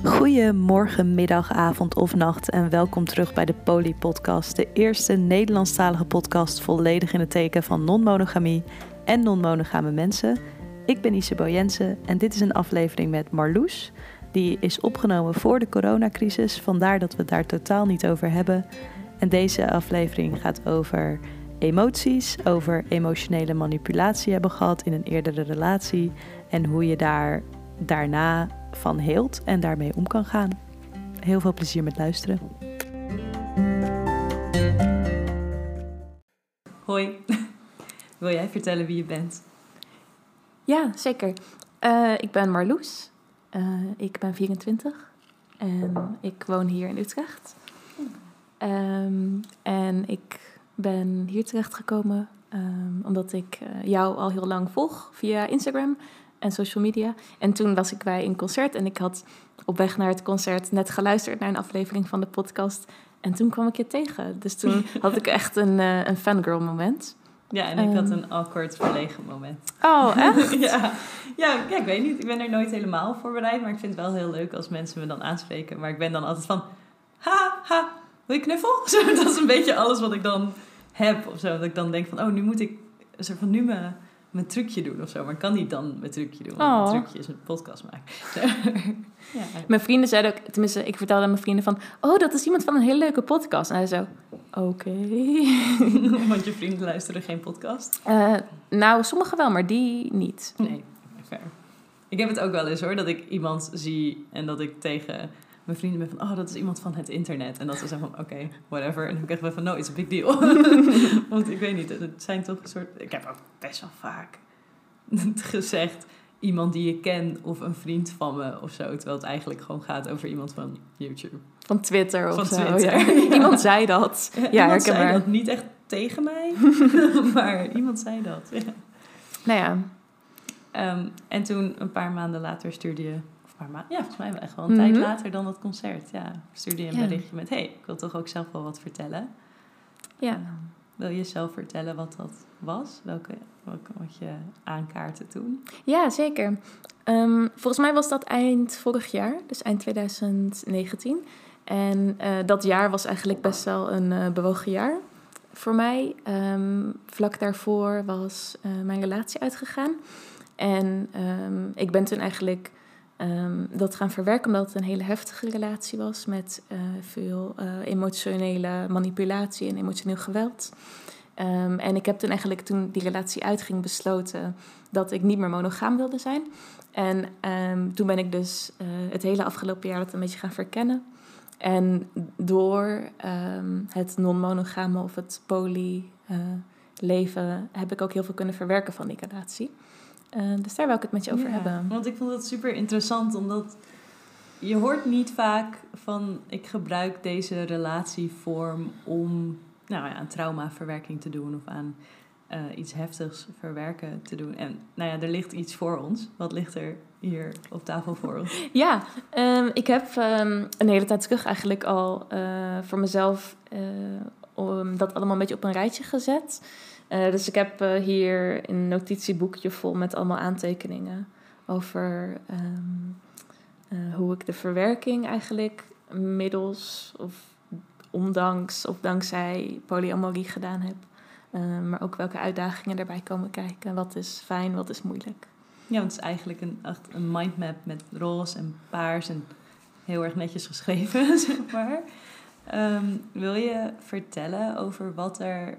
Goedemorgen, middag, avond of nacht en welkom terug bij de Poly-podcast. De eerste Nederlandstalige podcast volledig in het teken van non-monogamie en non-monogame mensen. Ik ben Isabel Jensen en dit is een aflevering met Marloes. Die is opgenomen voor de coronacrisis, vandaar dat we het daar totaal niet over hebben. En deze aflevering gaat over emoties, over emotionele manipulatie hebben gehad in een eerdere relatie en hoe je daarna van heelt en daarmee om kan gaan. Heel veel plezier met luisteren. Hoi, wil jij vertellen wie je bent? Ja, zeker. Ik ben Marloes. Ik ben 24 en ik woon hier in Utrecht. En ik ben hier terechtgekomen omdat ik jou al heel lang volg via Instagram en social media. En toen was ik bij een concert en ik had op weg naar het concert net geluisterd naar een aflevering van de podcast. En toen kwam ik je tegen. Dus toen had ik echt een fangirl moment. Ja, en ik had een awkward verlegen moment. Oh, echt? Ja, ik weet niet. Ik ben er nooit helemaal voorbereid. Maar ik vind het wel heel leuk als mensen me dan aanspreken. Maar ik ben dan altijd van... Ha, wil je knuffel? Zo, dat is een beetje alles wat ik dan heb. Of zo. Dat ik dan denk van... nu moet ik een soort van mijn trucje doen of zo. Maar ik kan niet dan mijn trucje doen. Want mijn trucje is een podcast maken. Ja. Mijn vrienden zeiden ook... Tenminste, ik vertelde aan mijn vrienden van... Oh, dat is iemand van een hele leuke podcast. En hij zo... Oké. Want je vrienden luisteren geen podcast? Nou, sommigen wel, maar die niet. Nee, fair. Ik heb het ook wel eens hoor, dat ik iemand zie en dat ik tegen mijn vrienden ben van... dat is iemand van het internet. En dat ze zeggen van, oké, whatever. En dan krijg ik van, no, it's a big deal. Want ik weet niet, het zijn toch een soort... Ik heb ook best wel vaak gezegd... iemand die je kent of een vriend van me of zo. Terwijl het eigenlijk gewoon gaat over iemand van YouTube. Van Twitter of van zo. Twitter. Ja. Iemand zei dat. Ja, iemand zei dat niet echt tegen mij. Maar iemand zei dat. Ja. Nou ja. En toen een paar maanden later stuurde je... volgens mij wel echt wel een tijd later dan dat concert. Ja, stuurde je een berichtje met... Hey, ik wil toch ook zelf wel wat vertellen. Ja. Wil je zelf vertellen wat dat was? Welke wat je aankaarten toen? Ja, zeker. Volgens mij was dat eind vorig jaar. Dus eind 2019. En dat jaar was eigenlijk best wel een bewogen jaar voor mij. Vlak daarvoor was mijn relatie uitgegaan. En ik ben toen eigenlijk dat gaan verwerken... omdat het een hele heftige relatie was... met veel emotionele manipulatie en emotioneel geweld. En ik heb toen eigenlijk, toen die relatie uitging, besloten... dat ik niet meer monogaam wilde zijn. En toen ben ik dus het hele afgelopen jaar dat een beetje gaan verkennen. En door het non-monogame of het poly leven... heb ik ook heel veel kunnen verwerken van die relatie. Dus daar wil ik het met je over hebben. Want ik vond het super interessant, omdat je hoort niet vaak van... ik gebruik deze relatievorm om aan traumaverwerking te doen... of aan iets heftigs verwerken te doen. En er ligt iets voor ons. Wat ligt er hier op tafel voor ons? Ja, ik heb een hele tijd terug eigenlijk al voor mezelf... dat allemaal een beetje op een rijtje gezet... Dus ik heb hier een notitieboekje vol met allemaal aantekeningen over hoe ik de verwerking eigenlijk middels of ondanks of dankzij polyamorie gedaan heb. Maar ook welke uitdagingen erbij komen kijken. Wat is fijn, wat is moeilijk. Ja, want het is eigenlijk een mindmap met roze en paars en heel erg netjes geschreven, zeg maar. Wil je vertellen over wat er...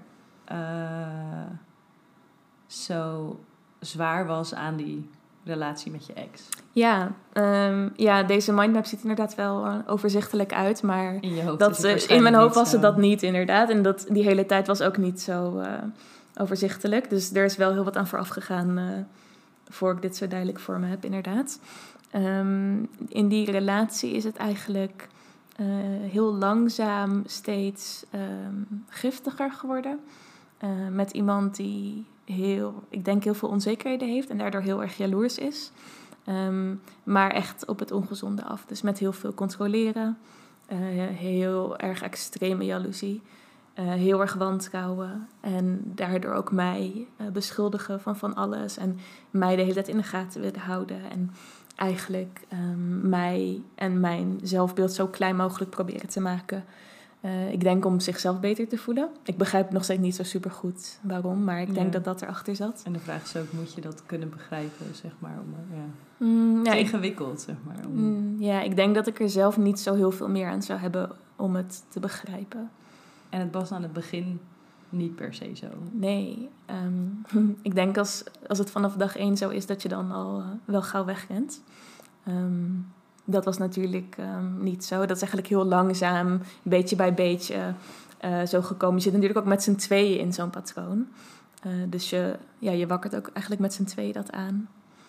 zo zwaar was aan die relatie met je ex? Ja, deze mindmap ziet inderdaad wel overzichtelijk uit, maar in mijn hoofd was het dat niet inderdaad. En die hele tijd was ook niet zo overzichtelijk. Dus er is wel heel wat aan vooraf gegaan voor ik dit zo duidelijk voor me heb, inderdaad. In die relatie is het eigenlijk heel langzaam steeds giftiger geworden. Met iemand die ik denk heel veel onzekerheden heeft en daardoor heel erg jaloers is. Maar echt op het ongezonde af. Dus met heel veel controleren. Heel erg extreme jaloezie. heel erg wantrouwen. En daardoor ook mij beschuldigen van alles. En mij de hele tijd in de gaten willen houden. En eigenlijk mij en mijn zelfbeeld zo klein mogelijk proberen te maken. Ik denk om zichzelf beter te voelen. Ik begrijp nog steeds niet zo super goed waarom, maar ik denk dat dat erachter zat. En de vraag is ook, moet je dat kunnen begrijpen, zeg maar? Het is ingewikkeld, zeg maar. Ik denk dat ik er zelf niet zo heel veel meer aan zou hebben om het te begrijpen. En het was aan het begin niet per se zo? Nee. Ik denk als het vanaf dag 1 zo is, dat je dan al wel gauw wegrent. Dat was natuurlijk niet zo. Dat is eigenlijk heel langzaam, beetje bij beetje zo gekomen. Je zit natuurlijk ook met z'n tweeën in zo'n patroon. Dus je wakkert ook eigenlijk met z'n tweeën dat aan.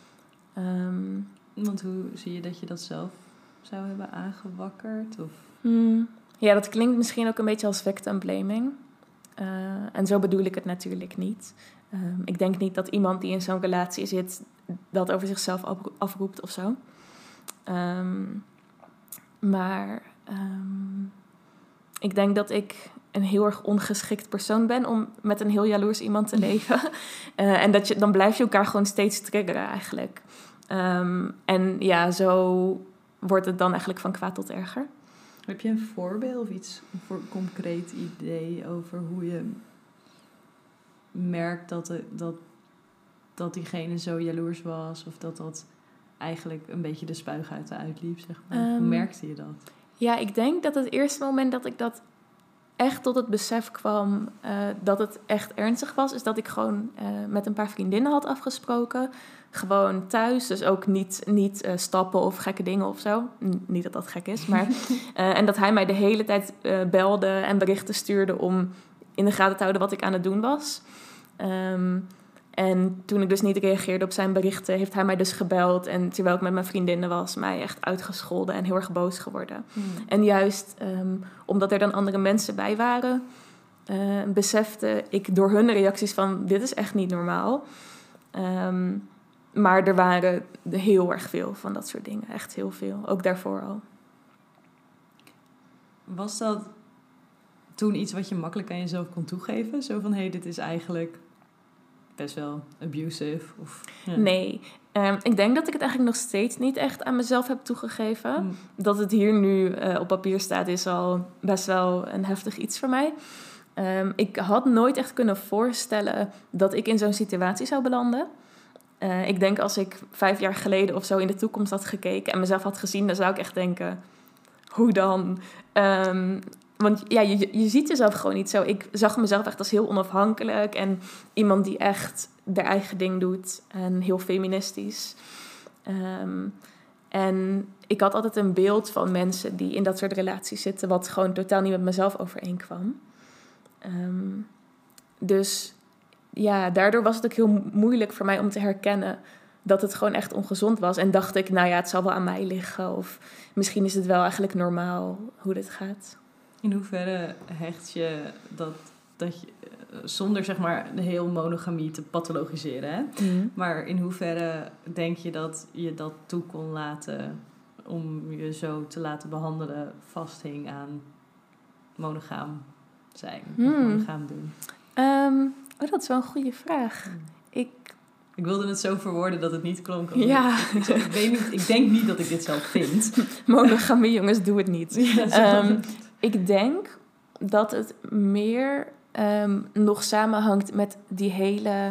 Want hoe zie je dat je dat zelf zou hebben aangewakkerd? Of? Ja, dat klinkt misschien ook een beetje als victim blaming. En zo bedoel ik het natuurlijk niet. Ik denk niet dat iemand die in zo'n relatie zit dat over zichzelf afroept of zo. Maar ik denk dat ik een heel erg ongeschikt persoon ben om met een heel jaloers iemand te leven. En dan blijf je elkaar gewoon steeds triggeren eigenlijk. En ja, zo wordt het dan eigenlijk van kwaad tot erger. Heb je een voorbeeld of iets, een concreet idee over hoe je merkt dat diegene zo jaloers was? Of dat eigenlijk een beetje de spuigaten uitliep, zeg maar? Hoe merkte je dat? Ja, ik denk dat het eerste moment dat ik dat echt tot het besef kwam dat het echt ernstig was, is dat ik gewoon met een paar vriendinnen had afgesproken. Gewoon thuis, dus ook niet stappen of gekke dingen of zo. Niet dat dat gek is, maar... en dat hij mij de hele tijd belde en berichten stuurde om in de gaten te houden wat ik aan het doen was. En toen ik dus niet reageerde op zijn berichten, heeft hij mij dus gebeld. En terwijl ik met mijn vriendinnen was, mij echt uitgescholden en heel erg boos geworden. En juist omdat er dan andere mensen bij waren, besefte ik door hun reacties van, dit is echt niet normaal. Maar er waren heel erg veel van dat soort dingen. Echt heel veel. Ook daarvoor al. Was dat toen iets wat je makkelijk aan jezelf kon toegeven? Zo van, dit is eigenlijk best wel abusive? Of, ja. Nee. Ik denk dat ik het eigenlijk nog steeds niet echt aan mezelf heb toegegeven. Dat het hier nu op papier staat is al best wel een heftig iets voor mij. Ik had nooit echt kunnen voorstellen dat ik in zo'n situatie zou belanden. Ik denk als ik 5 jaar geleden of zo in de toekomst had gekeken en mezelf had gezien, dan zou ik echt denken, hoe dan? Want ja, je ziet jezelf gewoon niet zo. Ik zag mezelf echt als heel onafhankelijk en iemand die echt haar eigen ding doet en heel feministisch. En ik had altijd een beeld van mensen die in dat soort relaties zitten, wat gewoon totaal niet met mezelf overeenkwam. Dus ja, daardoor was het ook heel moeilijk voor mij om te herkennen dat het gewoon echt ongezond was. En dacht ik, het zal wel aan mij liggen. Of misschien is het wel eigenlijk normaal hoe dit gaat. In hoeverre hecht je dat je, zonder zeg maar heel monogamie te pathologiseren, hè? Maar in hoeverre denk je dat je dat toe kon laten om je zo te laten behandelen, vasthing aan monogaam zijn, of monogaam doen? Dat is wel een goede vraag. Ik wilde het zo verwoorden dat het niet klonk. Ja. Ik weet niet, ik denk niet dat ik dit zelf vind. Monogamie, jongens, doe het niet. Ja, ik denk dat het meer nog samenhangt met die hele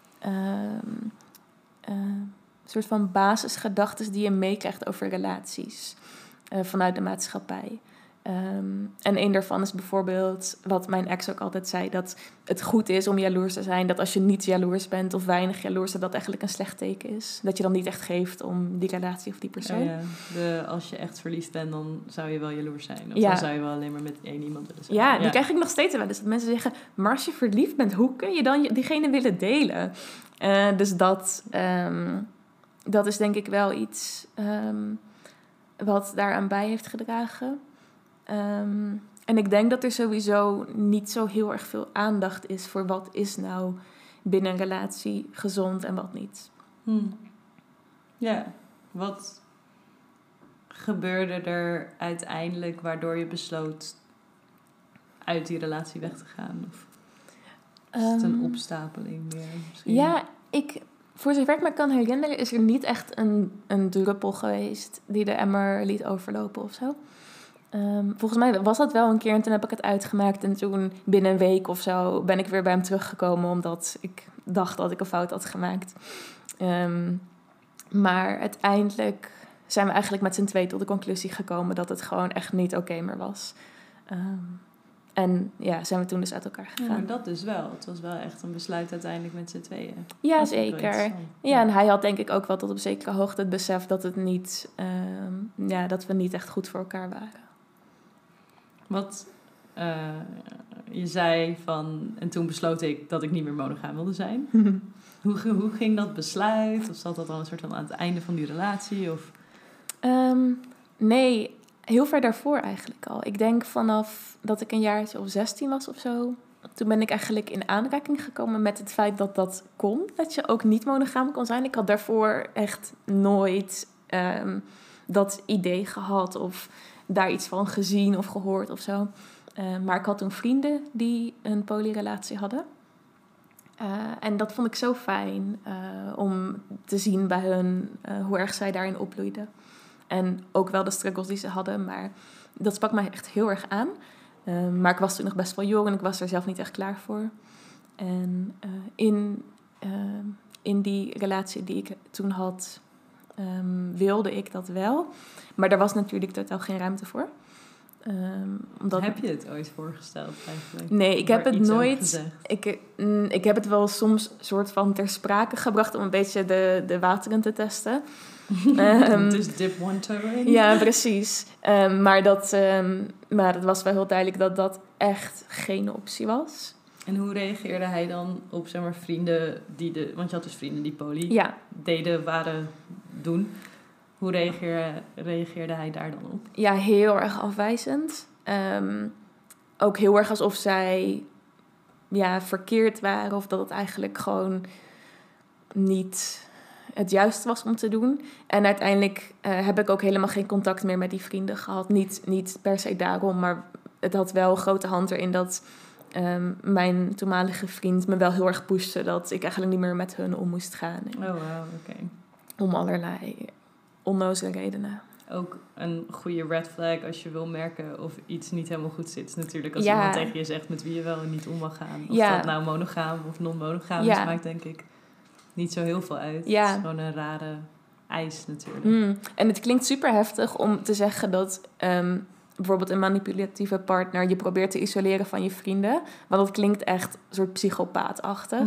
soort van basisgedachten die je meekrijgt over relaties vanuit de maatschappij. En een daarvan is bijvoorbeeld wat mijn ex ook altijd zei, dat het goed is om jaloers te zijn. Dat als je niet jaloers bent of weinig jaloers, dat eigenlijk een slecht teken is. Dat je dan niet echt geeft om die relatie of die persoon. Als je echt verliefd bent, dan zou je wel jaloers zijn. Of dan zou je wel alleen maar met één iemand willen zijn. Ja, die krijg ik nog steeds wel. Dus dat mensen zeggen, maar als je verliefd bent, hoe kun je dan diegene willen delen? Dus dat is denk ik wel iets wat daaraan bij heeft gedragen. En ik denk dat er sowieso niet zo heel erg veel aandacht is voor wat is nou binnen een relatie gezond en wat niet. Ja, wat gebeurde er uiteindelijk waardoor je besloot uit die relatie weg te gaan? Of is het een opstapeling meer misschien? Ja, voor zover ik me kan herinneren is er niet echt een druppel geweest die de emmer liet overlopen of zo. Volgens mij was dat wel een keer en toen heb ik het uitgemaakt. En toen binnen een week of zo ben ik weer bij hem teruggekomen omdat ik dacht dat ik een fout had gemaakt. Maar uiteindelijk zijn we eigenlijk met z'n tweeën tot de conclusie gekomen dat het gewoon echt niet oké meer was. En ja, zijn we toen dus uit elkaar gegaan. Ja, maar dat dus wel. Het was wel echt een besluit uiteindelijk met z'n tweeën. Ja, zeker. Ja, en hij had denk ik ook wel tot op zekere hoogte het besef dat het niet, dat we niet echt goed voor elkaar waren. Wat je zei van, en toen besloot ik dat ik niet meer monogaam wilde zijn. Hoe ging dat besluit? Of zat dat dan een soort van aan het einde van die relatie? Of? Nee, heel ver daarvoor eigenlijk al. Ik denk vanaf dat ik een jaartje of 16 was of zo. Toen ben ik eigenlijk in aanraking gekomen met het feit dat dat kon. Dat je ook niet monogaam kon zijn. Ik had daarvoor echt nooit dat idee gehad of daar iets van gezien of gehoord of zo. Maar ik had toen vrienden die een polyrelatie hadden. En dat vond ik zo fijn om te zien bij hun hoe erg zij daarin opbloeiden. En ook wel de struggles die ze hadden, maar dat sprak mij echt heel erg aan. Maar ik was toen nog best wel jong en ik was er zelf niet echt klaar voor. En in die relatie die ik toen had, wilde ik dat wel. Maar daar was natuurlijk totaal geen ruimte voor. Heb je het ooit voorgesteld eigenlijk? Nee, ik heb het nooit. Ik heb het wel soms soort van ter sprake gebracht om een beetje de wateren te testen. Dus dip one toe in. Ja, precies. Maar dat was wel heel duidelijk dat echt geen optie was. En hoe reageerde hij dan op, zeg maar, vrienden want je had dus vrienden die poly doen. Hoe reageerde hij daar dan op? Ja, heel erg afwijzend. Ook heel erg alsof zij verkeerd waren of dat het eigenlijk gewoon niet het juiste was om te doen. En uiteindelijk heb ik ook helemaal geen contact meer met die vrienden gehad. Niet per se daarom, maar het had wel een grote hand erin dat mijn toenmalige vriend me wel heel erg pushte dat ik eigenlijk niet meer met hun om moest gaan. Oh, wow, oké. Om allerlei onnozele redenen. Ook een goede red flag als je wil merken of iets niet helemaal goed zit. Natuurlijk als iemand tegen je zegt met wie je wel en niet om mag gaan. Of dat nou monogaam of non-monogaam is, maakt denk ik niet zo heel veel uit. Ja. Het is gewoon een rare eis natuurlijk. En het klinkt super heftig om te zeggen dat bijvoorbeeld een manipulatieve partner je probeert te isoleren van je vrienden. Want dat klinkt echt een soort psychopaatachtig.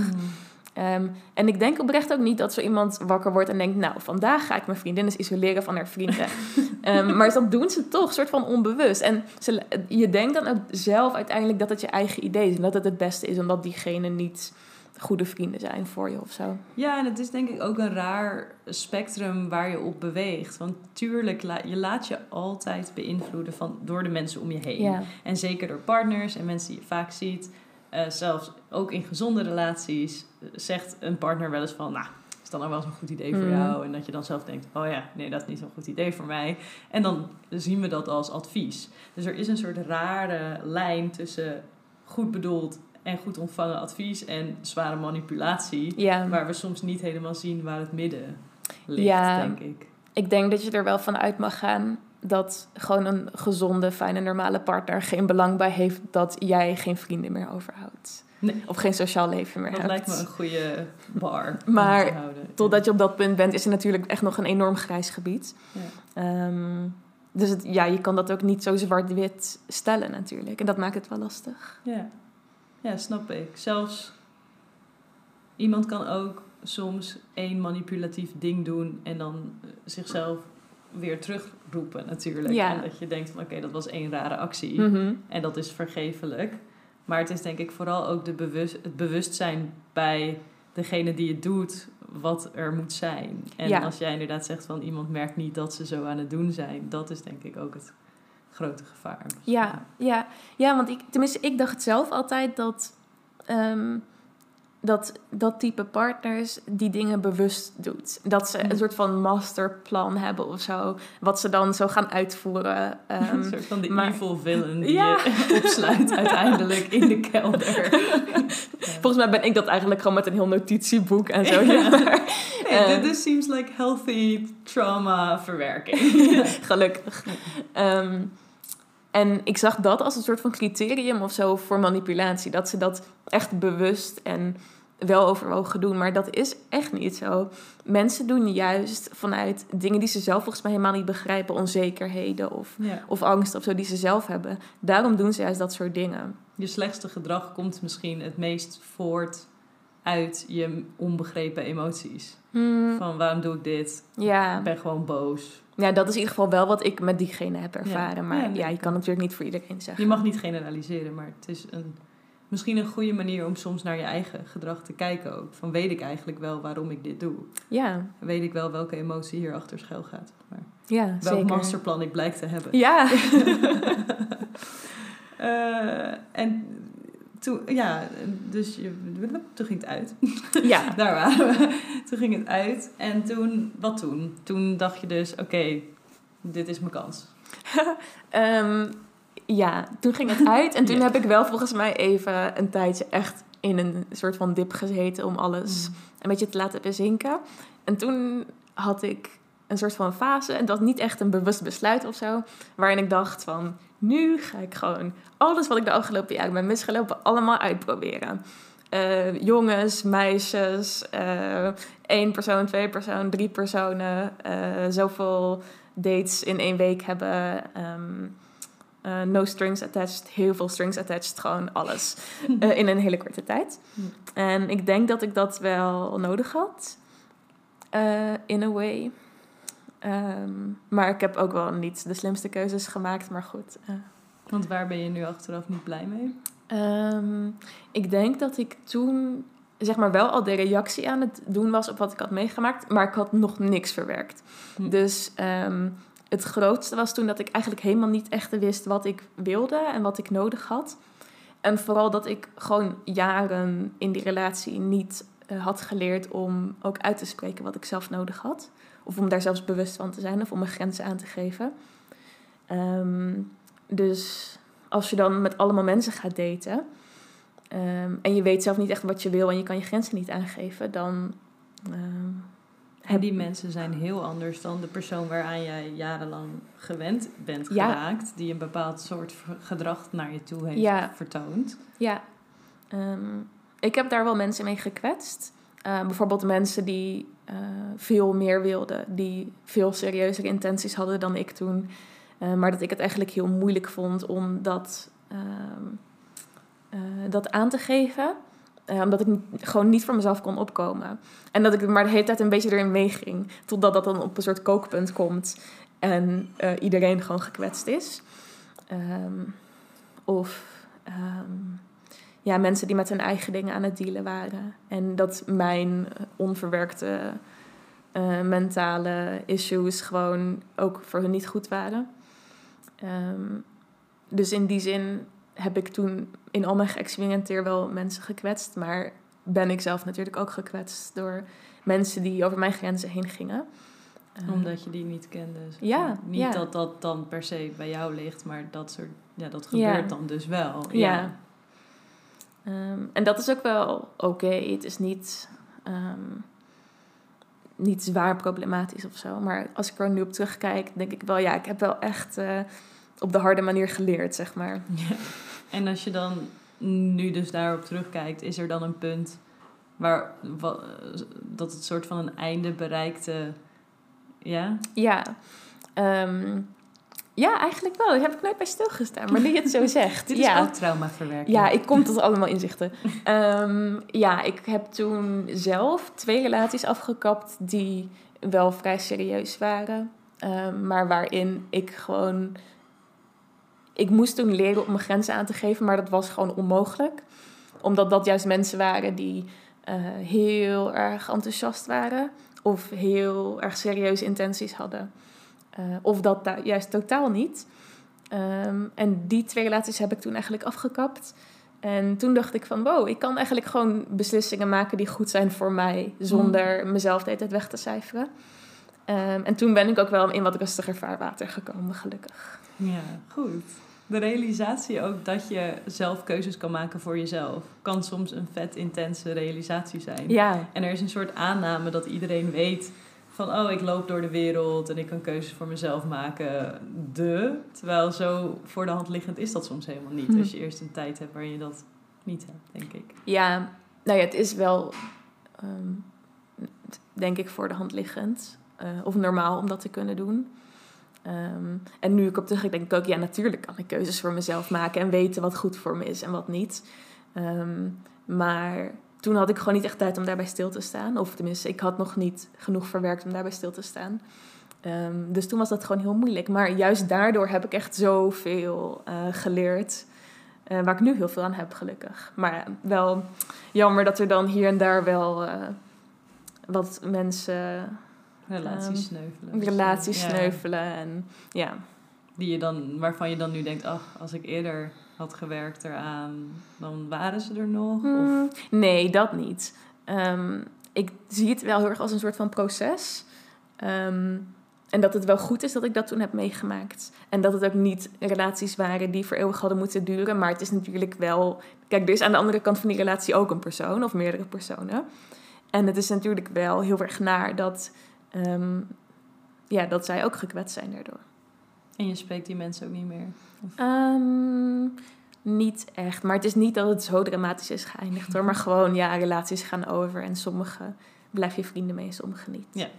En ik denk oprecht ook niet dat zo iemand wakker wordt en denkt, nou, vandaag ga ik mijn vriendinnen isoleren van haar vrienden. Maar dat doen ze toch, soort van onbewust. En je denkt dan ook zelf uiteindelijk dat het je eigen idee is en dat het het beste is omdat diegenen niet goede vrienden zijn voor je of zo. Ja, en het is denk ik ook een raar spectrum waar je op beweegt. Want tuurlijk, je laat je altijd beïnvloeden door de mensen om je heen. Ja. En zeker door partners en mensen die je vaak ziet. Zelfs ook in gezonde relaties zegt een partner wel eens van, nou, is dat nou wel zo'n goed idee voor jou? En dat je dan zelf denkt, oh ja, nee, dat is niet zo'n goed idee voor mij. En dan zien we dat als advies. Dus er is een soort rare lijn tussen goed bedoeld en goed ontvangen advies en zware manipulatie. Ja. Waar we soms niet helemaal zien waar het midden ligt, denk ik. Ik denk dat je er wel van uit mag gaan dat gewoon een gezonde, fijne, normale partner geen belang bij heeft dat jij geen vrienden meer overhoudt. Nee. Of geen sociaal leven meer hebt. Dat lijkt me een goede bar maar om te houden. Totdat je op dat punt bent, is er natuurlijk echt nog een enorm grijs gebied. Ja. Dus je kan dat ook niet zo zwart-wit stellen natuurlijk. En dat maakt het wel lastig. Ja, snap ik. Zelfs iemand kan ook soms één manipulatief ding doen en dan zichzelf weer terugroepen natuurlijk. Ja. En dat je denkt van oké, dat was één rare actie. En dat is vergeeflijk. Maar het is denk ik vooral ook het bewustzijn bij degene die het doet wat er moet zijn. En als jij inderdaad zegt van iemand merkt niet dat ze zo aan het doen zijn, dat is denk ik ook het grote gevaar. Ja, want ik dacht zelf altijd dat dat type partners die dingen bewust doet. Dat ze een soort van masterplan hebben of zo. Wat ze dan zo gaan uitvoeren. Een soort van de evil villain die je opsluit uiteindelijk in de kelder. Volgens mij ben ik dat eigenlijk gewoon met een heel notitieboek en zo. This seems like healthy trauma verwerking. Gelukkig. En ik zag dat als een soort van criterium of zo voor manipulatie. Dat ze dat echt bewust en wel overwogen doen. Maar dat is echt niet zo. Mensen doen juist vanuit dingen die ze zelf volgens mij helemaal niet begrijpen. Onzekerheden of angst of zo die ze zelf hebben. Daarom doen ze juist dat soort dingen. Je slechtste gedrag komt misschien het meest voort uit je onbegrepen emoties. Van waarom doe ik dit? Ja. Ik ben gewoon boos. Ja, dat is in ieder geval wel wat ik met diegene heb ervaren. Maar je kan natuurlijk niet voor iedereen zeggen. Je mag niet generaliseren, maar het is misschien een goede manier om soms naar je eigen gedrag te kijken ook. Van weet ik eigenlijk wel waarom ik dit doe? Ja. Weet ik wel welke emotie hier achter schuil gaat? Maar welk zeker. Masterplan ik blijk te hebben. Ja. En toen, dus toen ging het uit. Ja. Daar waren we. Toen ging het uit. En toen, wat toen? Toen dacht je dus, oké, dit is mijn kans. Toen ging het uit. En toen heb ik wel volgens mij even een tijdje echt in een soort van dip gezeten om alles een beetje te laten bezinken. En toen had ik een soort van fase, en dat was niet echt een bewust besluit of zo, waarin ik dacht van, nu ga ik gewoon alles wat ik de afgelopen jaren ben misgelopen allemaal uitproberen. Jongens, meisjes, 1 persoon, 2 persoon, 3 personen, zoveel dates in 1 week hebben, no strings attached, heel veel strings attached, gewoon alles in een hele korte tijd. En ik denk dat ik dat wel nodig had, in a way. Maar ik heb ook wel niet de slimste keuzes gemaakt, maar goed. Want waar ben je nu achteraf niet blij mee? Ik denk dat ik toen zeg maar wel al de reactie aan het doen was op wat ik had meegemaakt, maar ik had nog niks verwerkt. Dus het grootste was toen dat ik eigenlijk helemaal niet echt wist wat ik wilde en wat ik nodig had. En vooral dat ik gewoon jaren in die relatie niet had geleerd om ook uit te spreken wat ik zelf nodig had. Of om daar zelfs bewust van te zijn of om mijn grenzen aan te geven. Dus als je dan met allemaal mensen gaat daten en je weet zelf niet echt wat je wil en je kan je grenzen niet aangeven, dan... En die mensen zijn heel anders dan de persoon waaraan jij jarenlang gewend bent geraakt. Die een bepaald soort gedrag naar je toe heeft vertoond. Ja, ik heb daar wel mensen mee gekwetst. Bijvoorbeeld mensen die veel meer wilden. Die veel serieuzere intenties hadden dan ik toen. Maar dat ik het eigenlijk heel moeilijk vond om dat aan te geven. Omdat ik gewoon niet voor mezelf kon opkomen. En dat ik maar de hele tijd een beetje erin meeging. Totdat dat dan op een soort kookpunt komt. En iedereen gewoon gekwetst is. Mensen die met hun eigen dingen aan het dealen waren. En dat mijn onverwerkte mentale issues gewoon ook voor hun niet goed waren. Dus in die zin heb ik toen in al mijn geëxperimenteer wel mensen gekwetst. Maar ben ik zelf natuurlijk ook gekwetst door mensen die over mijn grenzen heen gingen. Omdat je die niet kende. Niet dat dat dan per se bij jou ligt, maar dat gebeurt dan dus wel. Ja. En dat is ook wel oké. Het is niet zwaar problematisch of zo. Maar als ik er nu op terugkijk, denk ik wel, ik heb wel echt op de harde manier geleerd, zeg maar. Ja. En als je dan nu dus daarop terugkijkt, is er dan een punt dat het soort van een einde bereikte? Ja? Ja. Ja, eigenlijk wel. Daar heb ik nooit bij stilgestaan. Maar nu je het zo zegt. Dit is ook traumaverwerking. Ja, ik kom tot allemaal inzichten. Ik heb toen zelf 2 relaties afgekapt die wel vrij serieus waren. Maar waarin ik gewoon... Ik moest toen leren om mijn grenzen aan te geven, maar dat was gewoon onmogelijk. Omdat dat juist mensen waren die heel erg enthousiast waren. Of heel erg serieuze intenties hadden. Of dat juist totaal niet. En die 2 relaties heb ik toen eigenlijk afgekapt. En toen dacht ik van, wow, ik kan eigenlijk gewoon beslissingen maken die goed zijn voor mij, zonder mezelf de hele tijd weg te cijferen. En toen ben ik ook wel in wat rustiger vaarwater gekomen, gelukkig. Ja, goed. De realisatie ook dat je zelf keuzes kan maken voor jezelf, kan soms een vet intense realisatie zijn. Ja. En er is een soort aanname dat iedereen weet van, ik loop door de wereld en ik kan keuzes voor mezelf maken. Terwijl zo voor de hand liggend is dat soms helemaal niet. Als je eerst een tijd hebt waarin je dat niet hebt, denk ik. Ja, nou ja, het is wel, denk ik, voor de hand liggend. Of normaal om dat te kunnen doen. En nu ik op terug denk ik ook, ja, natuurlijk kan ik keuzes voor mezelf maken en weten wat goed voor me is en wat niet. Maar toen had ik gewoon niet echt tijd om daarbij stil te staan. Of tenminste, ik had nog niet genoeg verwerkt om daarbij stil te staan. Dus toen was dat gewoon heel moeilijk. Maar juist daardoor heb ik echt zoveel geleerd. Waar ik nu heel veel aan heb, gelukkig. Maar wel jammer dat er dan hier en daar wel wat mensen... Relaties sneuvelen. En, ja. Waarvan je dan nu denkt, als ik eerder had gewerkt eraan, dan waren ze er nog? Of? Nee, dat niet. Ik zie het wel heel erg als een soort van proces. En dat het wel goed is dat ik dat toen heb meegemaakt. En dat het ook niet relaties waren die voor eeuwig hadden moeten duren. Maar het is natuurlijk wel... Kijk, er is aan de andere kant van die relatie ook een persoon of meerdere personen. En het is natuurlijk wel heel erg naar dat... dat zij ook gekwetst zijn daardoor. En je spreekt die mensen ook niet meer? Niet echt. Maar het is niet dat het zo dramatisch is geëindigd hoor. Maar gewoon, relaties gaan over. En sommige blijf je vrienden mee, sommige niet. Ja.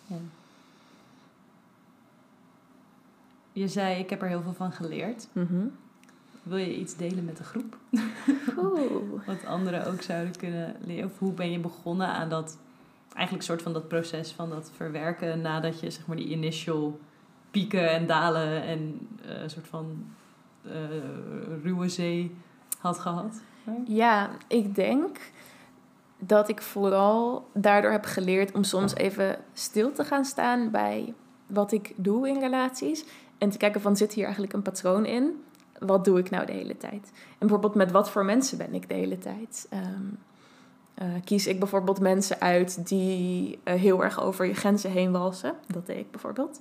Je zei, ik heb er heel veel van geleerd. Mm-hmm. Wil je iets delen met de groep? Wat anderen ook zouden kunnen leren? Of hoe ben je begonnen aan dat... Eigenlijk een soort van dat proces van dat verwerken... nadat je zeg maar die initial pieken en dalen... en een soort van ruwe zee had gehad? Ja, ik denk dat ik vooral daardoor heb geleerd... om soms even stil te gaan staan bij wat ik doe in relaties... en te kijken van, zit hier eigenlijk een patroon in? Wat doe ik nou de hele tijd? En bijvoorbeeld met wat voor mensen ben ik de hele tijd... kies ik bijvoorbeeld mensen uit die heel erg over je grenzen heen walsen. Dat deed ik bijvoorbeeld.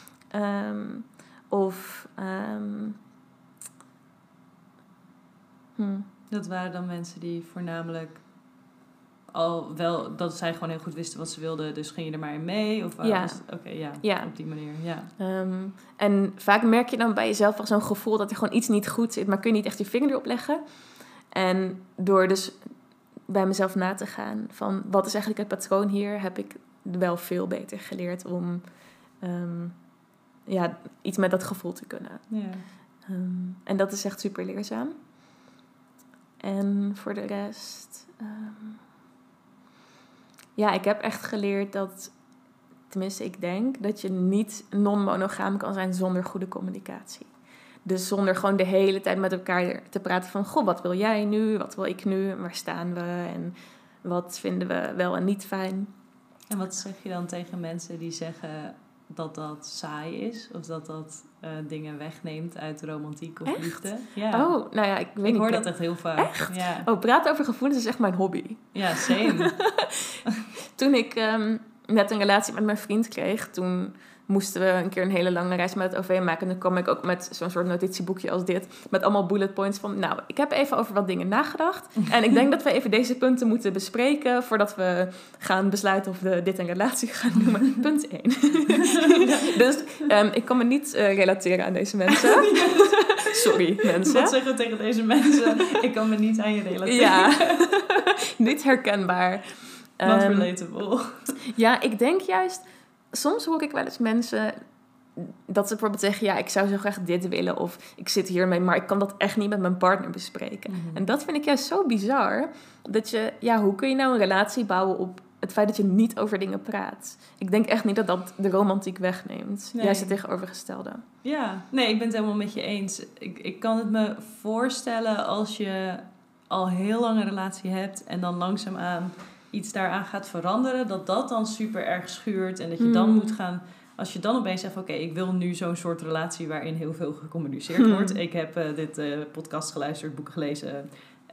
Dat waren dan mensen die voornamelijk al wel... dat zij gewoon heel goed wisten wat ze wilden, dus ging je er maar in mee? Of op die manier, ja. En vaak merk je dan bij jezelf wel zo'n gevoel dat er gewoon iets niet goed zit, maar kun je niet echt je vinger erop leggen. En door dus... bij mezelf na te gaan van wat is eigenlijk het patroon hier, heb ik wel veel beter geleerd om iets met dat gevoel te kunnen. Ja. En dat is echt super leerzaam. En voor de rest... ik heb echt geleerd dat... tenminste, ik denk dat je niet non-monogaam kan zijn zonder goede communicatie. Dus zonder gewoon de hele tijd met elkaar te praten van... Goh, wat wil jij nu? Wat wil ik nu? Waar staan we? En wat vinden we wel en niet fijn? En wat zeg je dan tegen mensen die zeggen dat dat saai is? Of dat dingen wegneemt uit romantiek of liefde? Ja. Oh, nou ja, ik weet niet. Ik hoor dat echt heel vaak. Echt? Ja. Oh, praten over gevoelens is echt mijn hobby. Ja, same. Toen ik net een relatie met mijn vriend kreeg... toen moesten we een keer een hele lange reis met het OV maken. En dan kwam ik ook met zo'n soort notitieboekje als dit. Met allemaal bullet points van... Nou, ik heb even over wat dingen nagedacht. En ik denk dat we even deze punten moeten bespreken... voordat we gaan besluiten of we dit een relatie gaan noemen. Punt 1. Dus ik kan me niet relateren aan deze mensen. Sorry, mensen. Wat zeggen we tegen deze mensen? Ik kan me niet aan je relateren. Ja, niet herkenbaar. Not relatable. Ja, ik denk juist... Soms hoor ik wel eens mensen dat ze bijvoorbeeld zeggen... ja, ik zou zo graag dit willen of ik zit hiermee... maar ik kan dat echt niet met mijn partner bespreken. Mm-hmm. En dat vind ik juist zo bizar. Dat je, hoe kun je nou een relatie bouwen op het feit dat je niet over dingen praat? Ik denk echt niet dat dat de romantiek wegneemt. Nee. Juist het tegenovergestelde. Ja, nee, ik ben het helemaal met je eens. Ik kan het me voorstellen als je al heel lang een relatie hebt... en dan langzaamaan... iets daaraan gaat veranderen, dat dan super erg schuurt en dat je dan moet gaan... Als je dan opeens zegt, oké, ik wil nu zo'n soort relatie waarin heel veel gecommuniceerd wordt. Ik heb dit podcast geluisterd, boeken gelezen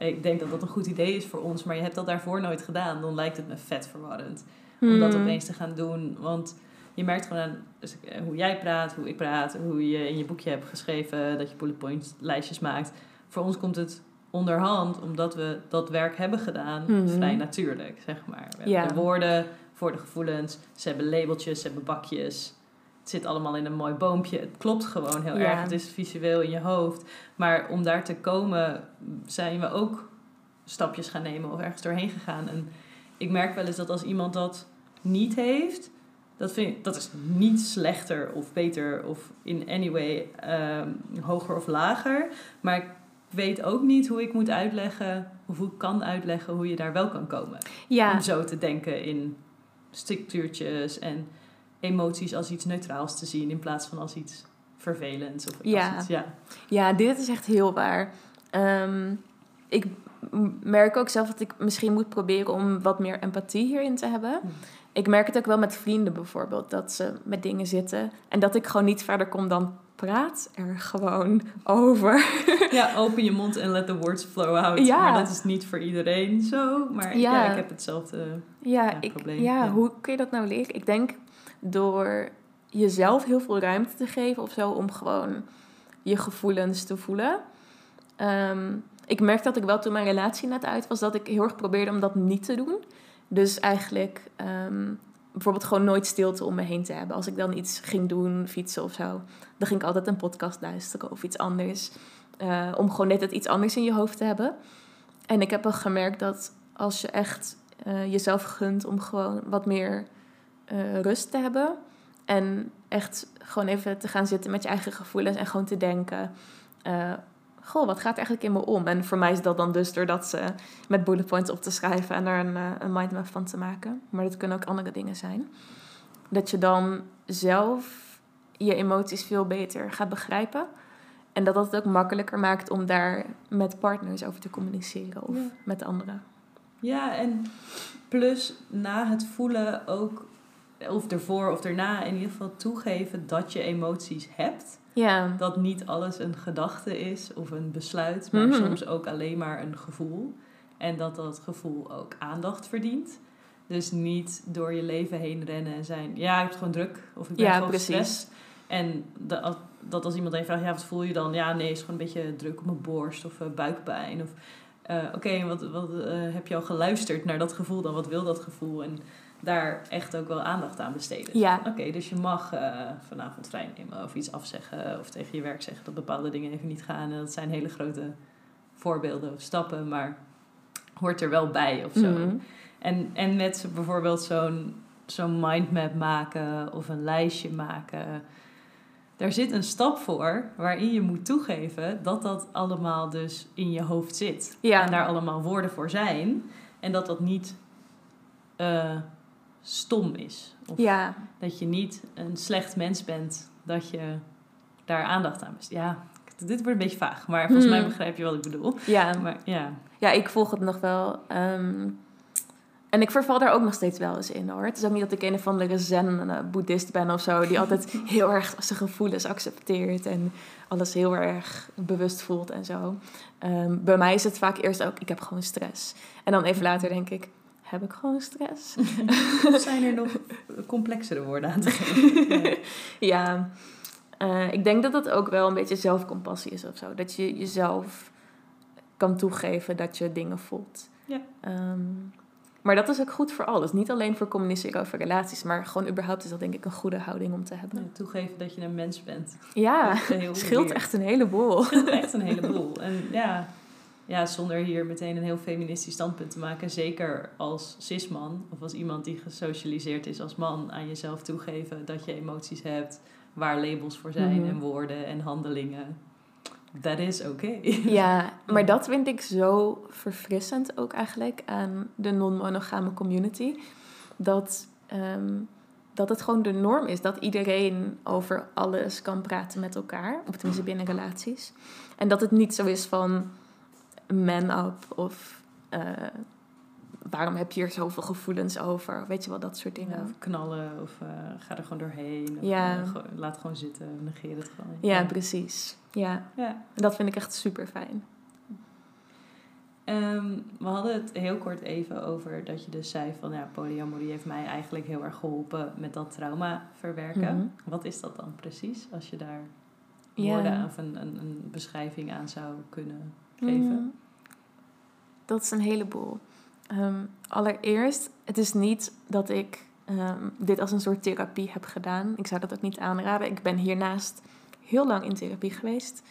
ik denk dat dat een goed idee is voor ons, maar je hebt dat daarvoor nooit gedaan, dan lijkt het me vet verwarrend om dat opeens te gaan doen. Want je merkt gewoon aan hoe jij praat, hoe ik praat, hoe je in je boekje hebt geschreven, dat je bullet point lijstjes maakt. Voor ons komt het onderhand, omdat we dat werk hebben gedaan, vrij natuurlijk, zeg maar. We hebben de woorden voor de gevoelens, ze hebben labeltjes, ze hebben bakjes. Het zit allemaal in een mooi boompje. Het klopt gewoon heel erg. Het is visueel in je hoofd. Maar om daar te komen zijn we ook stapjes gaan nemen of ergens doorheen gegaan. En ik merk wel eens dat als iemand dat niet heeft, dat is niet slechter of beter of in any way hoger of lager. Maar ik weet ook niet hoe ik moet uitleggen of hoe ik kan uitleggen hoe je daar wel kan komen. Ja. Om zo te denken in structuurtjes en emoties als iets neutraals te zien in plaats van als iets vervelends. Of als iets, ja, dit is echt heel waar. Ik merk ook zelf dat ik misschien moet proberen om wat meer empathie hierin te hebben. Ik merk het ook wel met vrienden bijvoorbeeld, dat ze met dingen zitten en dat ik gewoon niet verder kom dan praat er gewoon over. Ja, open je mond en let the words flow out. Ja. Maar dat is niet voor iedereen zo. Maar ik heb hetzelfde probleem. Hoe kun je dat nou leren? Ik denk door jezelf heel veel ruimte te geven of zo, om gewoon je gevoelens te voelen. Ik merk dat ik wel toen mijn relatie net uit was, dat ik heel erg probeerde om dat niet te doen. Dus eigenlijk bijvoorbeeld gewoon nooit stilte om me heen te hebben. Als ik dan iets ging doen, fietsen of zo, dan ging ik altijd een podcast luisteren of iets anders. Om gewoon net iets anders in je hoofd te hebben. En ik heb wel gemerkt dat als je echt jezelf gunt om gewoon wat meer rust te hebben en echt gewoon even te gaan zitten met je eigen gevoelens en gewoon te denken, wat gaat er eigenlijk in me om? En voor mij is dat dan dus doordat ze met bullet points op te schrijven en er een mindmap van te maken. Maar dat kunnen ook andere dingen zijn. Dat je dan zelf je emoties veel beter gaat begrijpen. En dat het ook makkelijker maakt om daar met partners over te communiceren of met anderen. Ja, en plus na het voelen ook, of ervoor of daarna in ieder geval toegeven dat je emoties hebt. Ja. Dat niet alles een gedachte is of een besluit, maar soms ook alleen maar een gevoel. En dat dat gevoel ook aandacht verdient. Dus niet door je leven heen rennen en zijn, ik heb het gewoon druk of ik ben gewoon gestrest. En dat als iemand even vraagt, wat voel je dan? Ja, nee, het is gewoon een beetje druk op mijn borst of buikpijn. Of wat heb je al geluisterd naar dat gevoel dan? Wat wil dat gevoel? En daar echt ook wel aandacht aan besteden. Ja. Oké, dus je mag vanavond vrij nemen of iets afzeggen of tegen je werk zeggen dat bepaalde dingen even niet gaan. En dat zijn hele grote voorbeelden of stappen, maar hoort er wel bij of zo. Mm-hmm. En met bijvoorbeeld zo'n mindmap maken of een lijstje maken, daar zit een stap voor waarin je moet toegeven dat dat allemaal dus in je hoofd zit. Ja. En daar allemaal woorden voor zijn. En dat niet stom is. Of dat je niet een slecht mens bent, dat je daar aandacht aan besteedt. Ja, dit wordt een beetje vaag, maar volgens mij begrijp je wat ik bedoel. Ja, maar, ja, ik volg het nog wel. En ik verval daar ook nog steeds wel eens in, hoor. Het is ook niet dat ik een of andere zen-boeddhist ben of zo, die altijd heel erg zijn gevoelens accepteert en alles heel erg bewust voelt en zo. Bij mij is het vaak eerst ook, ik heb gewoon stress. En dan even later denk ik, heb ik gewoon stress? Of zijn er nog complexere woorden aan te geven? Ja, ik denk dat dat ook wel een beetje zelfcompassie is of zo. Dat je jezelf kan toegeven dat je dingen voelt. Ja. Maar dat is ook goed voor alles. Niet alleen voor communiceren over relaties, maar gewoon überhaupt is dat denk ik een goede houding om te hebben. Ja, toegeven dat je een mens bent. Ja, scheelt echt een heleboel. Scheelt echt een heleboel. En ja, zonder hier meteen een heel feministisch standpunt te maken. Zeker als cisman of als iemand die gesocialiseerd is als man, aan jezelf toegeven dat je emoties hebt, waar labels voor zijn en woorden en handelingen. Dat is oké. Ja, maar dat vind ik zo verfrissend ook eigenlijk aan de non-monogame community. Dat het gewoon de norm is. Dat iedereen over alles kan praten met elkaar. Of tenminste binnen relaties. En dat het niet zo is van man up of waarom heb je hier zoveel gevoelens over? Weet je wel, dat soort dingen. Ja, of knallen of ga er gewoon doorheen. Of laat gewoon zitten, negeer het gewoon. Ja, precies. Ja. En dat vind ik echt super fijn. We hadden het heel kort even over dat je dus zei van polyamorie heeft mij eigenlijk heel erg geholpen met dat trauma verwerken. Mm-hmm. Wat is dat dan precies als je daar woorden of een beschrijving aan zou kunnen geven? Mm-hmm. Dat is een heleboel. Allereerst, het is niet dat ik dit als een soort therapie heb gedaan. Ik zou dat ook niet aanraden. Ik ben hiernaast heel lang in therapie geweest.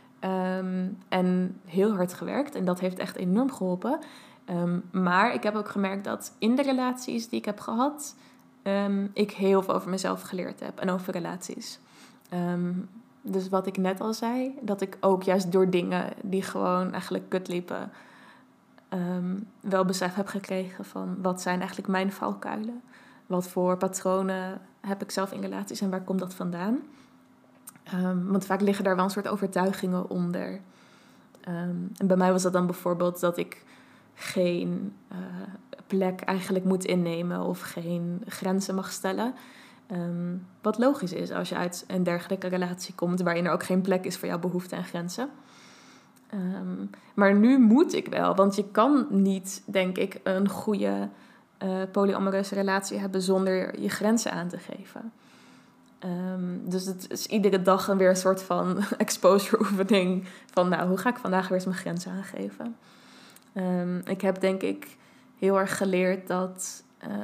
En heel hard gewerkt. En dat heeft echt enorm geholpen. Maar ik heb ook gemerkt dat in de relaties die ik heb gehad, ik heel veel over mezelf geleerd heb. En over relaties. Dus wat ik net al zei, dat ik ook juist door dingen die gewoon eigenlijk kut liepen, wel besef heb gekregen van wat zijn eigenlijk mijn valkuilen. Wat voor patronen heb ik zelf in relaties en waar komt dat vandaan? Want vaak liggen daar wel een soort overtuigingen onder. En bij mij was dat dan bijvoorbeeld dat ik geen plek eigenlijk moet innemen of geen grenzen mag stellen. Wat logisch is als je uit een dergelijke relatie komt waarin er ook geen plek is voor jouw behoeften en grenzen. Maar nu moet ik wel, want je kan niet, denk ik, een goede polyamoreuze relatie hebben zonder je grenzen aan te geven. Dus het is iedere dag weer een soort van exposure oefening van hoe ga ik vandaag weer eens mijn grenzen aangeven. Ik heb denk ik heel erg geleerd dat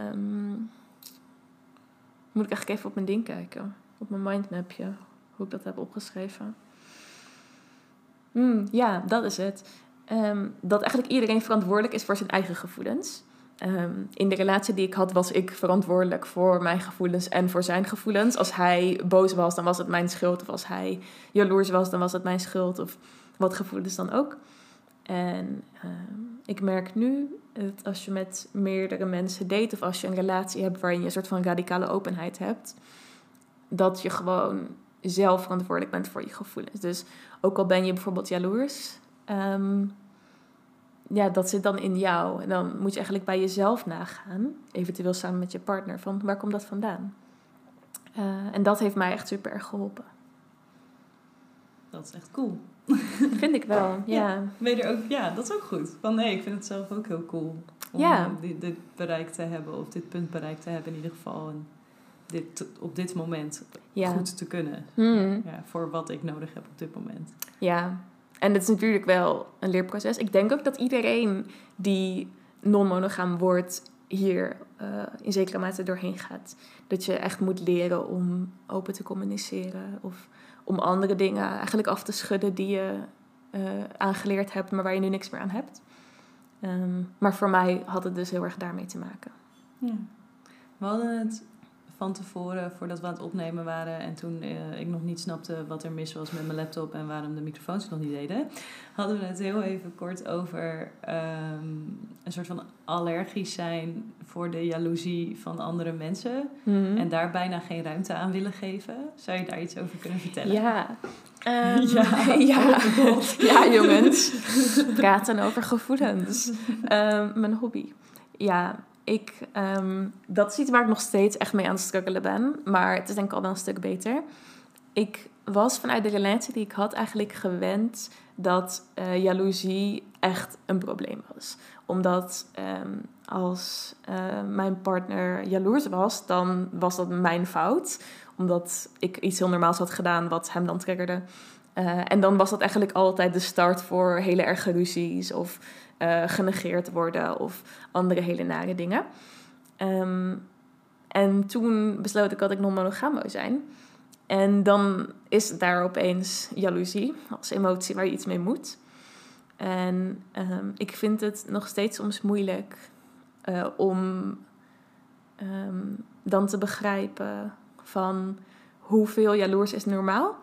moet ik eigenlijk even op mijn ding kijken, op mijn mindmapje, hoe ik dat heb opgeschreven. Ja, dat is het. Dat eigenlijk iedereen verantwoordelijk is voor zijn eigen gevoelens. In de relatie die ik had, was ik verantwoordelijk voor mijn gevoelens en voor zijn gevoelens. Als hij boos was, dan was het mijn schuld. Of als hij jaloers was, dan was het mijn schuld. Of wat gevoelens dan ook. En ik merk nu dat als je met meerdere mensen date, of als je een relatie hebt waarin je een soort van radicale openheid hebt, dat je gewoon zelf verantwoordelijk bent voor je gevoelens. Dus ook al ben je bijvoorbeeld jaloers, dat zit dan in jou. En dan moet je eigenlijk bij jezelf nagaan, eventueel samen met je partner, van waar komt dat vandaan? En dat heeft mij echt super erg geholpen. Dat is echt cool. Vind ik wel, ja. Dat is ook goed. Ik vind het zelf ook heel cool om dit bereik te hebben, of dit punt bereikt te hebben in ieder geval. En dit op dit moment goed te kunnen. Voor wat ik nodig heb op dit moment. Ja, en het is natuurlijk wel een leerproces. Ik denk ook dat iedereen die non-monogaam wordt hier in zekere mate doorheen gaat. Dat je echt moet leren om open te communiceren. Of om andere dingen eigenlijk af te schudden die je aangeleerd hebt, maar waar je nu niks meer aan hebt. Maar voor mij had het dus heel erg daarmee te maken. Ja. We hadden het van tevoren, voordat we aan het opnemen waren en toen ik nog niet snapte wat er mis was met mijn laptop en waarom de microfoons nog niet deden, hadden we het heel even kort over een soort van allergisch zijn voor de jaloezie van andere mensen en daar bijna geen ruimte aan willen geven. Zou je daar iets over kunnen vertellen? Ja. Ja, jongens. Praten over gevoelens. Mijn hobby. Ja, dat is iets waar ik nog steeds echt mee aan het struggelen ben. Maar het is denk ik al wel een stuk beter. Ik was vanuit de relatie die ik had eigenlijk gewend dat jaloezie echt een probleem was. Omdat als mijn partner jaloers was, dan was dat mijn fout. Omdat ik iets heel normaals had gedaan wat hem dan triggerde. En dan was dat eigenlijk altijd de start voor hele erge ruzies of genegeerd worden of andere hele nare dingen. En toen besloot ik dat ik non-monogaam wou zijn. En dan is daar opeens jaloezie als emotie waar je iets mee moet. En ik vind het nog steeds soms moeilijk om dan te begrijpen van hoeveel jaloers is normaal.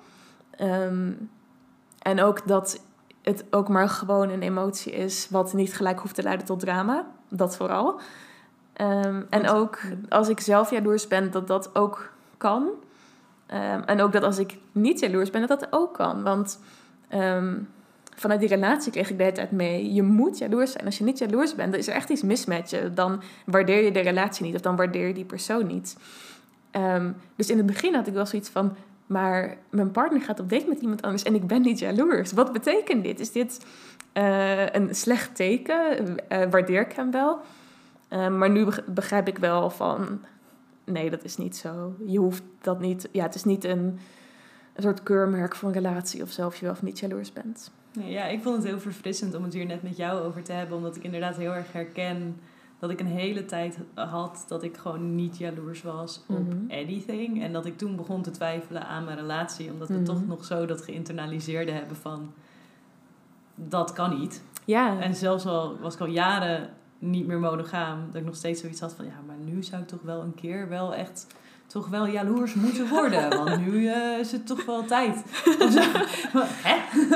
En ook dat het ook maar gewoon een emotie is wat niet gelijk hoeft te leiden tot drama. Dat vooral. En ook als ik zelf jaloers ben, dat ook kan. En ook dat als ik niet jaloers ben, dat ook kan. Want vanuit die relatie kreeg ik de hele tijd mee, je moet jaloers zijn. Als je niet jaloers bent, dan is er echt iets mis met je. Dan waardeer je de relatie niet of dan waardeer je die persoon niet. Dus in het begin had ik wel zoiets van, Maar mijn partner gaat op date met iemand anders en ik ben niet jaloers. Wat betekent dit? Is dit een slecht teken? Waardeer ik hem wel? Maar nu begrijp ik wel van... Nee, dat is niet zo. Je hoeft dat niet... Ja, het is niet een soort keurmerk voor een relatie of zo, of je wel of niet jaloers bent. Nee, ja, ik vond het heel verfrissend om het hier net met jou over te hebben. Omdat ik inderdaad heel erg herken dat ik een hele tijd had dat ik gewoon niet jaloers was op anything. En dat ik toen begon te twijfelen aan mijn relatie. Omdat we toch nog zo dat geïnternaliseerde hebben van... Dat kan niet. Ja. En zelfs al was ik al jaren niet meer monogaam. Dat ik nog steeds zoiets had van... Ja, maar nu zou ik toch wel een keer wel echt... toch wel jaloers moeten worden. Want nu is het toch wel tijd. Hè?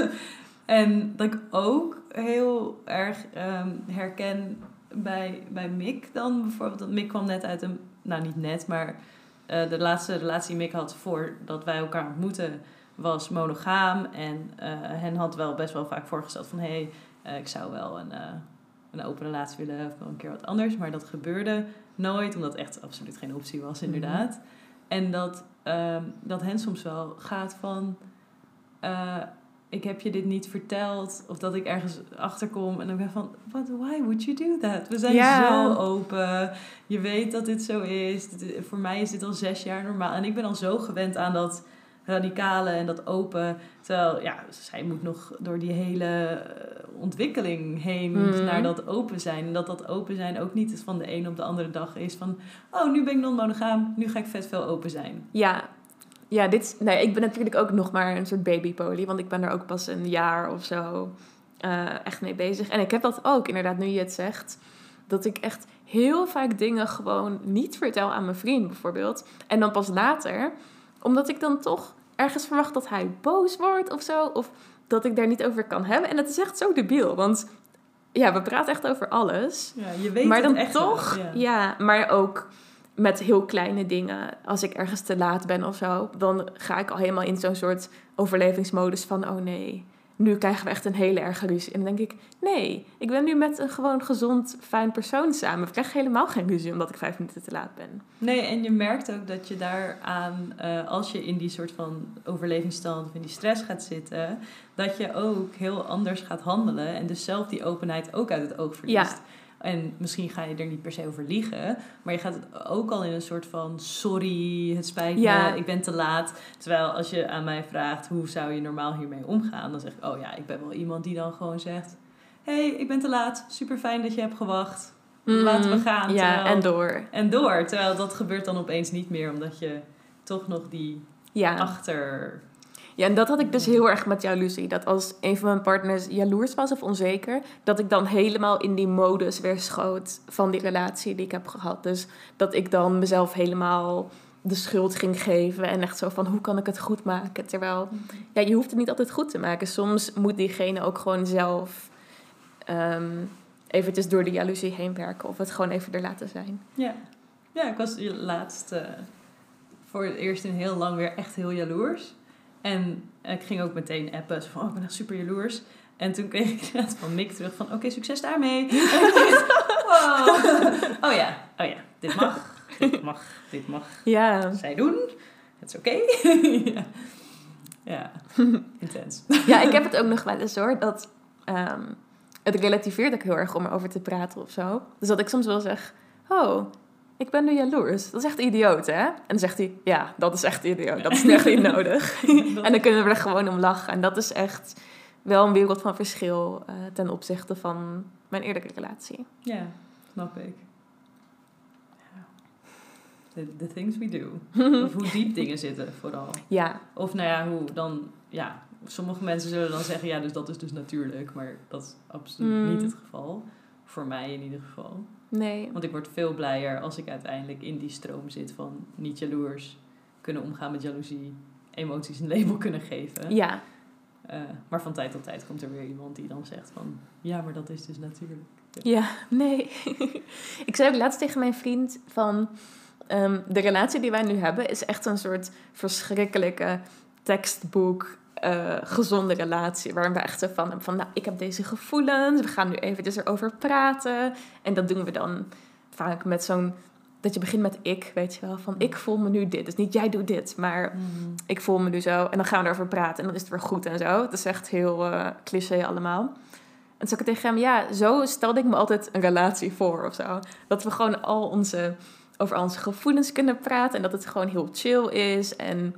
En dat ik ook heel erg herken bij Mick dan bijvoorbeeld. Dat Mick kwam net uit een... Nou, niet net, maar de laatste relatie die Mick had voordat wij elkaar ontmoetten... was monogaam. En hen had wel best wel vaak voorgesteld van... Hey, ik zou wel een open relatie willen of wel een keer wat anders. Maar dat gebeurde nooit, omdat het echt absoluut geen optie was, inderdaad. En dat hen soms wel gaat van... ik heb je dit niet verteld. Of dat ik ergens achterkom en dan ben van... Why would you do that? We zijn zo open. Je weet dat dit zo is. Voor mij is dit al 6 jaar normaal. En ik ben al zo gewend aan dat radicale en dat open. Terwijl, ja, zij moet nog door die hele ontwikkeling heen naar dat open zijn. En dat open zijn ook niet van de ene op de andere dag is van... Oh, nu ben ik non-monogaam. Nu ga ik vet veel open zijn. Ja, ik ben natuurlijk ook nog maar een soort babypoly. Want ik ben er ook pas een jaar of zo echt mee bezig. En ik heb dat ook, inderdaad, nu je het zegt. Dat ik echt heel vaak dingen gewoon niet vertel aan mijn vriend, bijvoorbeeld. En dan pas later... Omdat ik dan toch ergens verwacht dat hij boos wordt of zo. Of dat ik daar niet over kan hebben. En dat is echt zo debiel. Want ja, we praten echt over alles. Ja, je weet maar het dan echt toch, wel, ja, maar ook met heel kleine dingen. Als ik ergens te laat ben of zo. Dan ga ik al helemaal in zo'n soort overlevingsmodus van... Oh nee, nu krijgen we echt een hele erge ruzie. En dan denk ik, nee, ik ben nu met een gewoon gezond, fijn persoon samen. We krijgen helemaal geen ruzie omdat ik 5 minuten te laat ben. Nee, en je merkt ook dat je daaraan, als je in die soort van overlevingsstand of in die stress gaat zitten, dat je ook heel anders gaat handelen en dus zelf die openheid ook uit het oog verliest. Ja. En misschien ga je er niet per se over liegen, maar je gaat het ook al in een soort van sorry, het spijt me, ik ben te laat. Terwijl als je aan mij vraagt, hoe zou je normaal hiermee omgaan? Dan zeg ik, oh ja, ik ben wel iemand die dan gewoon zegt, hey, ik ben te laat, super fijn dat je hebt gewacht. Laten we gaan. Ja, en door. Terwijl dat gebeurt dan opeens niet meer, omdat je toch nog die achter... Ja, en dat had ik dus heel erg met jaloezie. Dat als een van mijn partners jaloers was of onzeker... dat ik dan helemaal in die modus weer schoot van die relatie die ik heb gehad. Dus dat ik dan mezelf helemaal de schuld ging geven... en echt zo van, hoe kan ik het goed maken? Terwijl, je hoeft het niet altijd goed te maken. Soms moet diegene ook gewoon zelf... eventjes door de jaloezie heen werken... of het gewoon even er laten zijn. Ja, ik was laatst voor het eerst in heel lang weer echt heel jaloers... En ik ging ook meteen appen. Zo van, ik ben echt super jaloers. En toen kreeg ik inderdaad van Mick terug van... Oké, succes daarmee. Wow. Oh ja, dit mag zij doen. Het is oké. Ja, intens. Ja, ik heb het ook nog wel eens hoor. Dat het relativeert ook heel erg om erover te praten of zo. Dus dat ik soms wel zeg... Oh, ik ben nu jaloers. Dat is echt idioot, hè? En dan zegt hij, ja, dat is echt idioot. Dat is echt niet nodig. En dan kunnen we er gewoon om lachen. En dat is echt wel een wereld van verschil... ten opzichte van mijn eerdere relatie. Ja, snap ik. The things we do. Of hoe diep dingen zitten, vooral. Ja. Of nou ja, hoe dan... Ja, sommige mensen zullen dan zeggen... Ja, dus dat is dus natuurlijk. Maar dat is absoluut niet het geval. Voor mij in ieder geval. Nee. Want ik word veel blijer als ik uiteindelijk in die stroom zit van niet jaloers, kunnen omgaan met jaloezie, emoties een label kunnen geven. Ja. Maar van tijd tot tijd komt er weer iemand die dan zegt van, ja, maar dat is dus natuurlijk. Ja, nee. Ik zei ook laatst tegen mijn vriend van, de relatie die wij nu hebben is echt een soort verschrikkelijke tekstboek, gezonde relatie. Waarin we echt zo van, nou, ik heb deze gevoelens. We gaan nu eventjes erover praten. En dat doen we dan vaak met zo'n dat je begint met ik, weet je wel. Van ik voel me nu dit. Dus niet jij doet dit, maar ik voel me nu zo. En dan gaan we erover praten en dan is het weer goed en zo. Het is echt heel cliché allemaal. En toen zei ik tegen hem, ja, zo stelde ik me altijd een relatie voor of zo. Dat we gewoon over onze gevoelens kunnen praten en dat het gewoon heel chill is. En,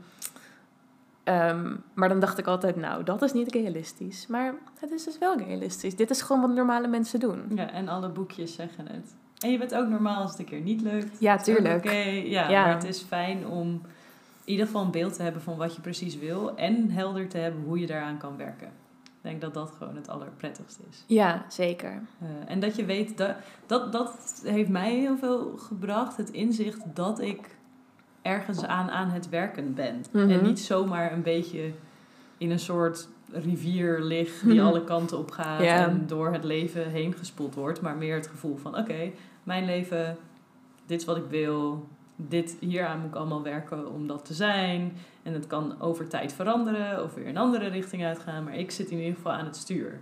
maar dan dacht ik altijd, nou, dat is niet realistisch. Maar het is dus wel realistisch. Dit is gewoon wat normale mensen doen. Ja, en alle boekjes zeggen het. En je bent ook normaal als het een keer niet lukt. Ja, tuurlijk. Oké, ja, maar het is fijn om in ieder geval een beeld te hebben van wat je precies wil. En helder te hebben hoe je daaraan kan werken. Ik denk dat dat gewoon het allerprettigste is. Ja, zeker. En dat je weet, dat heeft mij heel veel gebracht. Het inzicht dat ik ergens aan het werken ben. En niet zomaar een beetje in een soort rivier lig die alle kanten op gaat en door het leven heen gespoeld wordt. Maar meer het gevoel van, oké, mijn leven, dit is wat ik wil. Hieraan moet ik allemaal werken om dat te zijn. En het kan over tijd veranderen of weer een andere richting uitgaan. Maar ik zit in ieder geval aan het stuur.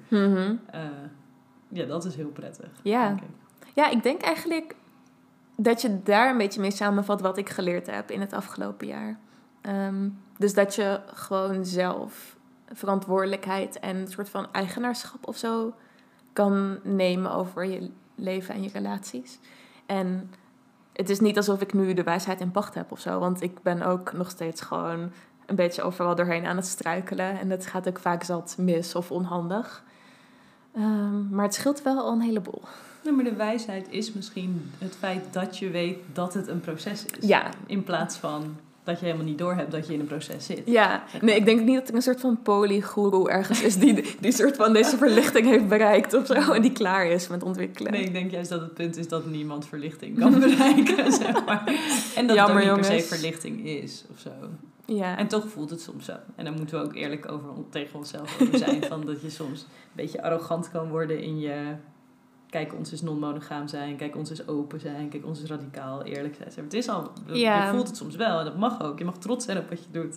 Ja, dat is heel prettig. Ja. Denk ik. Ja, ik denk eigenlijk dat je daar een beetje mee samenvat wat ik geleerd heb in het afgelopen jaar. Dus dat je gewoon zelf verantwoordelijkheid en een soort van eigenaarschap of zo kan nemen over je leven en je relaties. En het is niet alsof ik nu de wijsheid in pacht heb of zo. Want ik ben ook nog steeds gewoon een beetje overal doorheen aan het struikelen. En dat gaat ook vaak zat mis of onhandig. Maar het scheelt wel al een heleboel. Nee, maar de wijsheid is misschien het feit dat je weet dat het een proces is. Ja. In plaats van dat je helemaal niet doorhebt dat je in een proces zit. Ja, nee, ik denk niet dat er een soort van polygoeroe ergens is die soort van deze verlichting heeft bereikt of zo. En die klaar is met ontwikkelen. Nee, ik denk juist dat het punt is dat niemand verlichting kan bereiken, zeg maar. En dat jammer, het ook niet jongens. per se verlichting is of zo. Ja. En toch voelt het soms zo. En daar moeten we ook eerlijk tegen onszelf over zijn. Van dat je soms een beetje arrogant kan worden in je... Kijk, ons is non-monogaam zijn. Kijk, ons is open zijn. Kijk, ons is radicaal eerlijk zijn. Het is al... Je voelt het soms wel. En dat mag ook. Je mag trots zijn op wat je doet.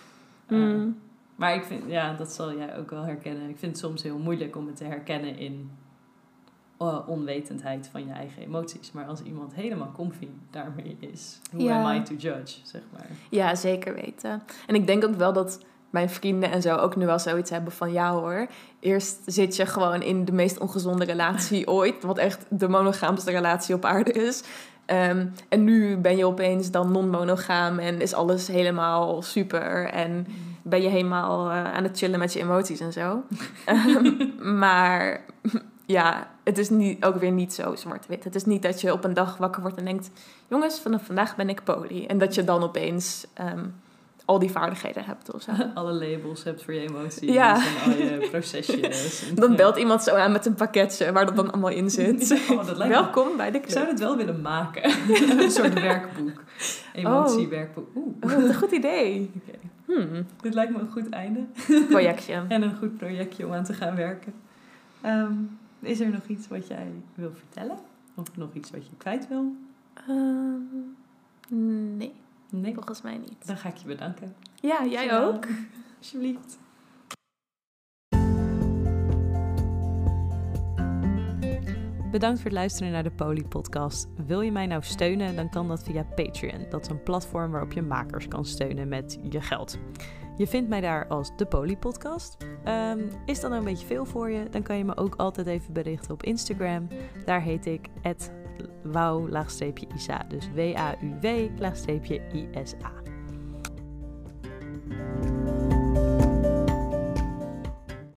Maar ik vind... Ja, dat zal jij ook wel herkennen. Ik vind het soms heel moeilijk om het te herkennen in... onwetendheid van je eigen emoties. Maar als iemand helemaal comfy daarmee is... Who am I to judge, zeg maar. Ja, zeker weten. En ik denk ook wel dat... mijn vrienden en zo ook nu wel zoiets hebben van... ja hoor, eerst zit je gewoon in de meest ongezonde relatie ooit... wat echt de monogaamste relatie op aarde is. En nu ben je opeens dan non-monogaam... en is alles helemaal super... en ben je helemaal aan het chillen met je emoties en zo. Maar ja, het is ook weer niet zo zwart-wit. Het is niet dat je op een dag wakker wordt en denkt... jongens, vanaf vandaag ben ik poly. En dat je dan opeens... al die vaardigheden hebt of zo. Alle labels hebt voor je emoties en al je procesjes. Dan belt iemand zo aan met een pakketje waar dat dan allemaal in zit. Ja, dat lijkt welkom bij de club. Ik zou het wel willen maken. Een soort werkboek. Emotiewerkboek. Wat een goed idee. Okay. Dit lijkt me een goed einde. Projectje. En een goed projectje om aan te gaan werken. Is er nog iets wat jij wil vertellen? Of nog iets wat je kwijt wil? Nee. Volgens mij niet. Dan ga ik je bedanken. Ja, jij ook. Alsjeblieft. Bedankt voor het luisteren naar de Poly Podcast. Wil je mij nou steunen, dan kan dat via Patreon. Dat is een platform waarop je makers kan steunen met je geld. Je vindt mij daar als de Poly Podcast. Is dat nou een beetje veel voor je? Dan kan je me ook altijd even berichten op Instagram. Daar heet ik @wauw_isa. Dus WAUW_ISA.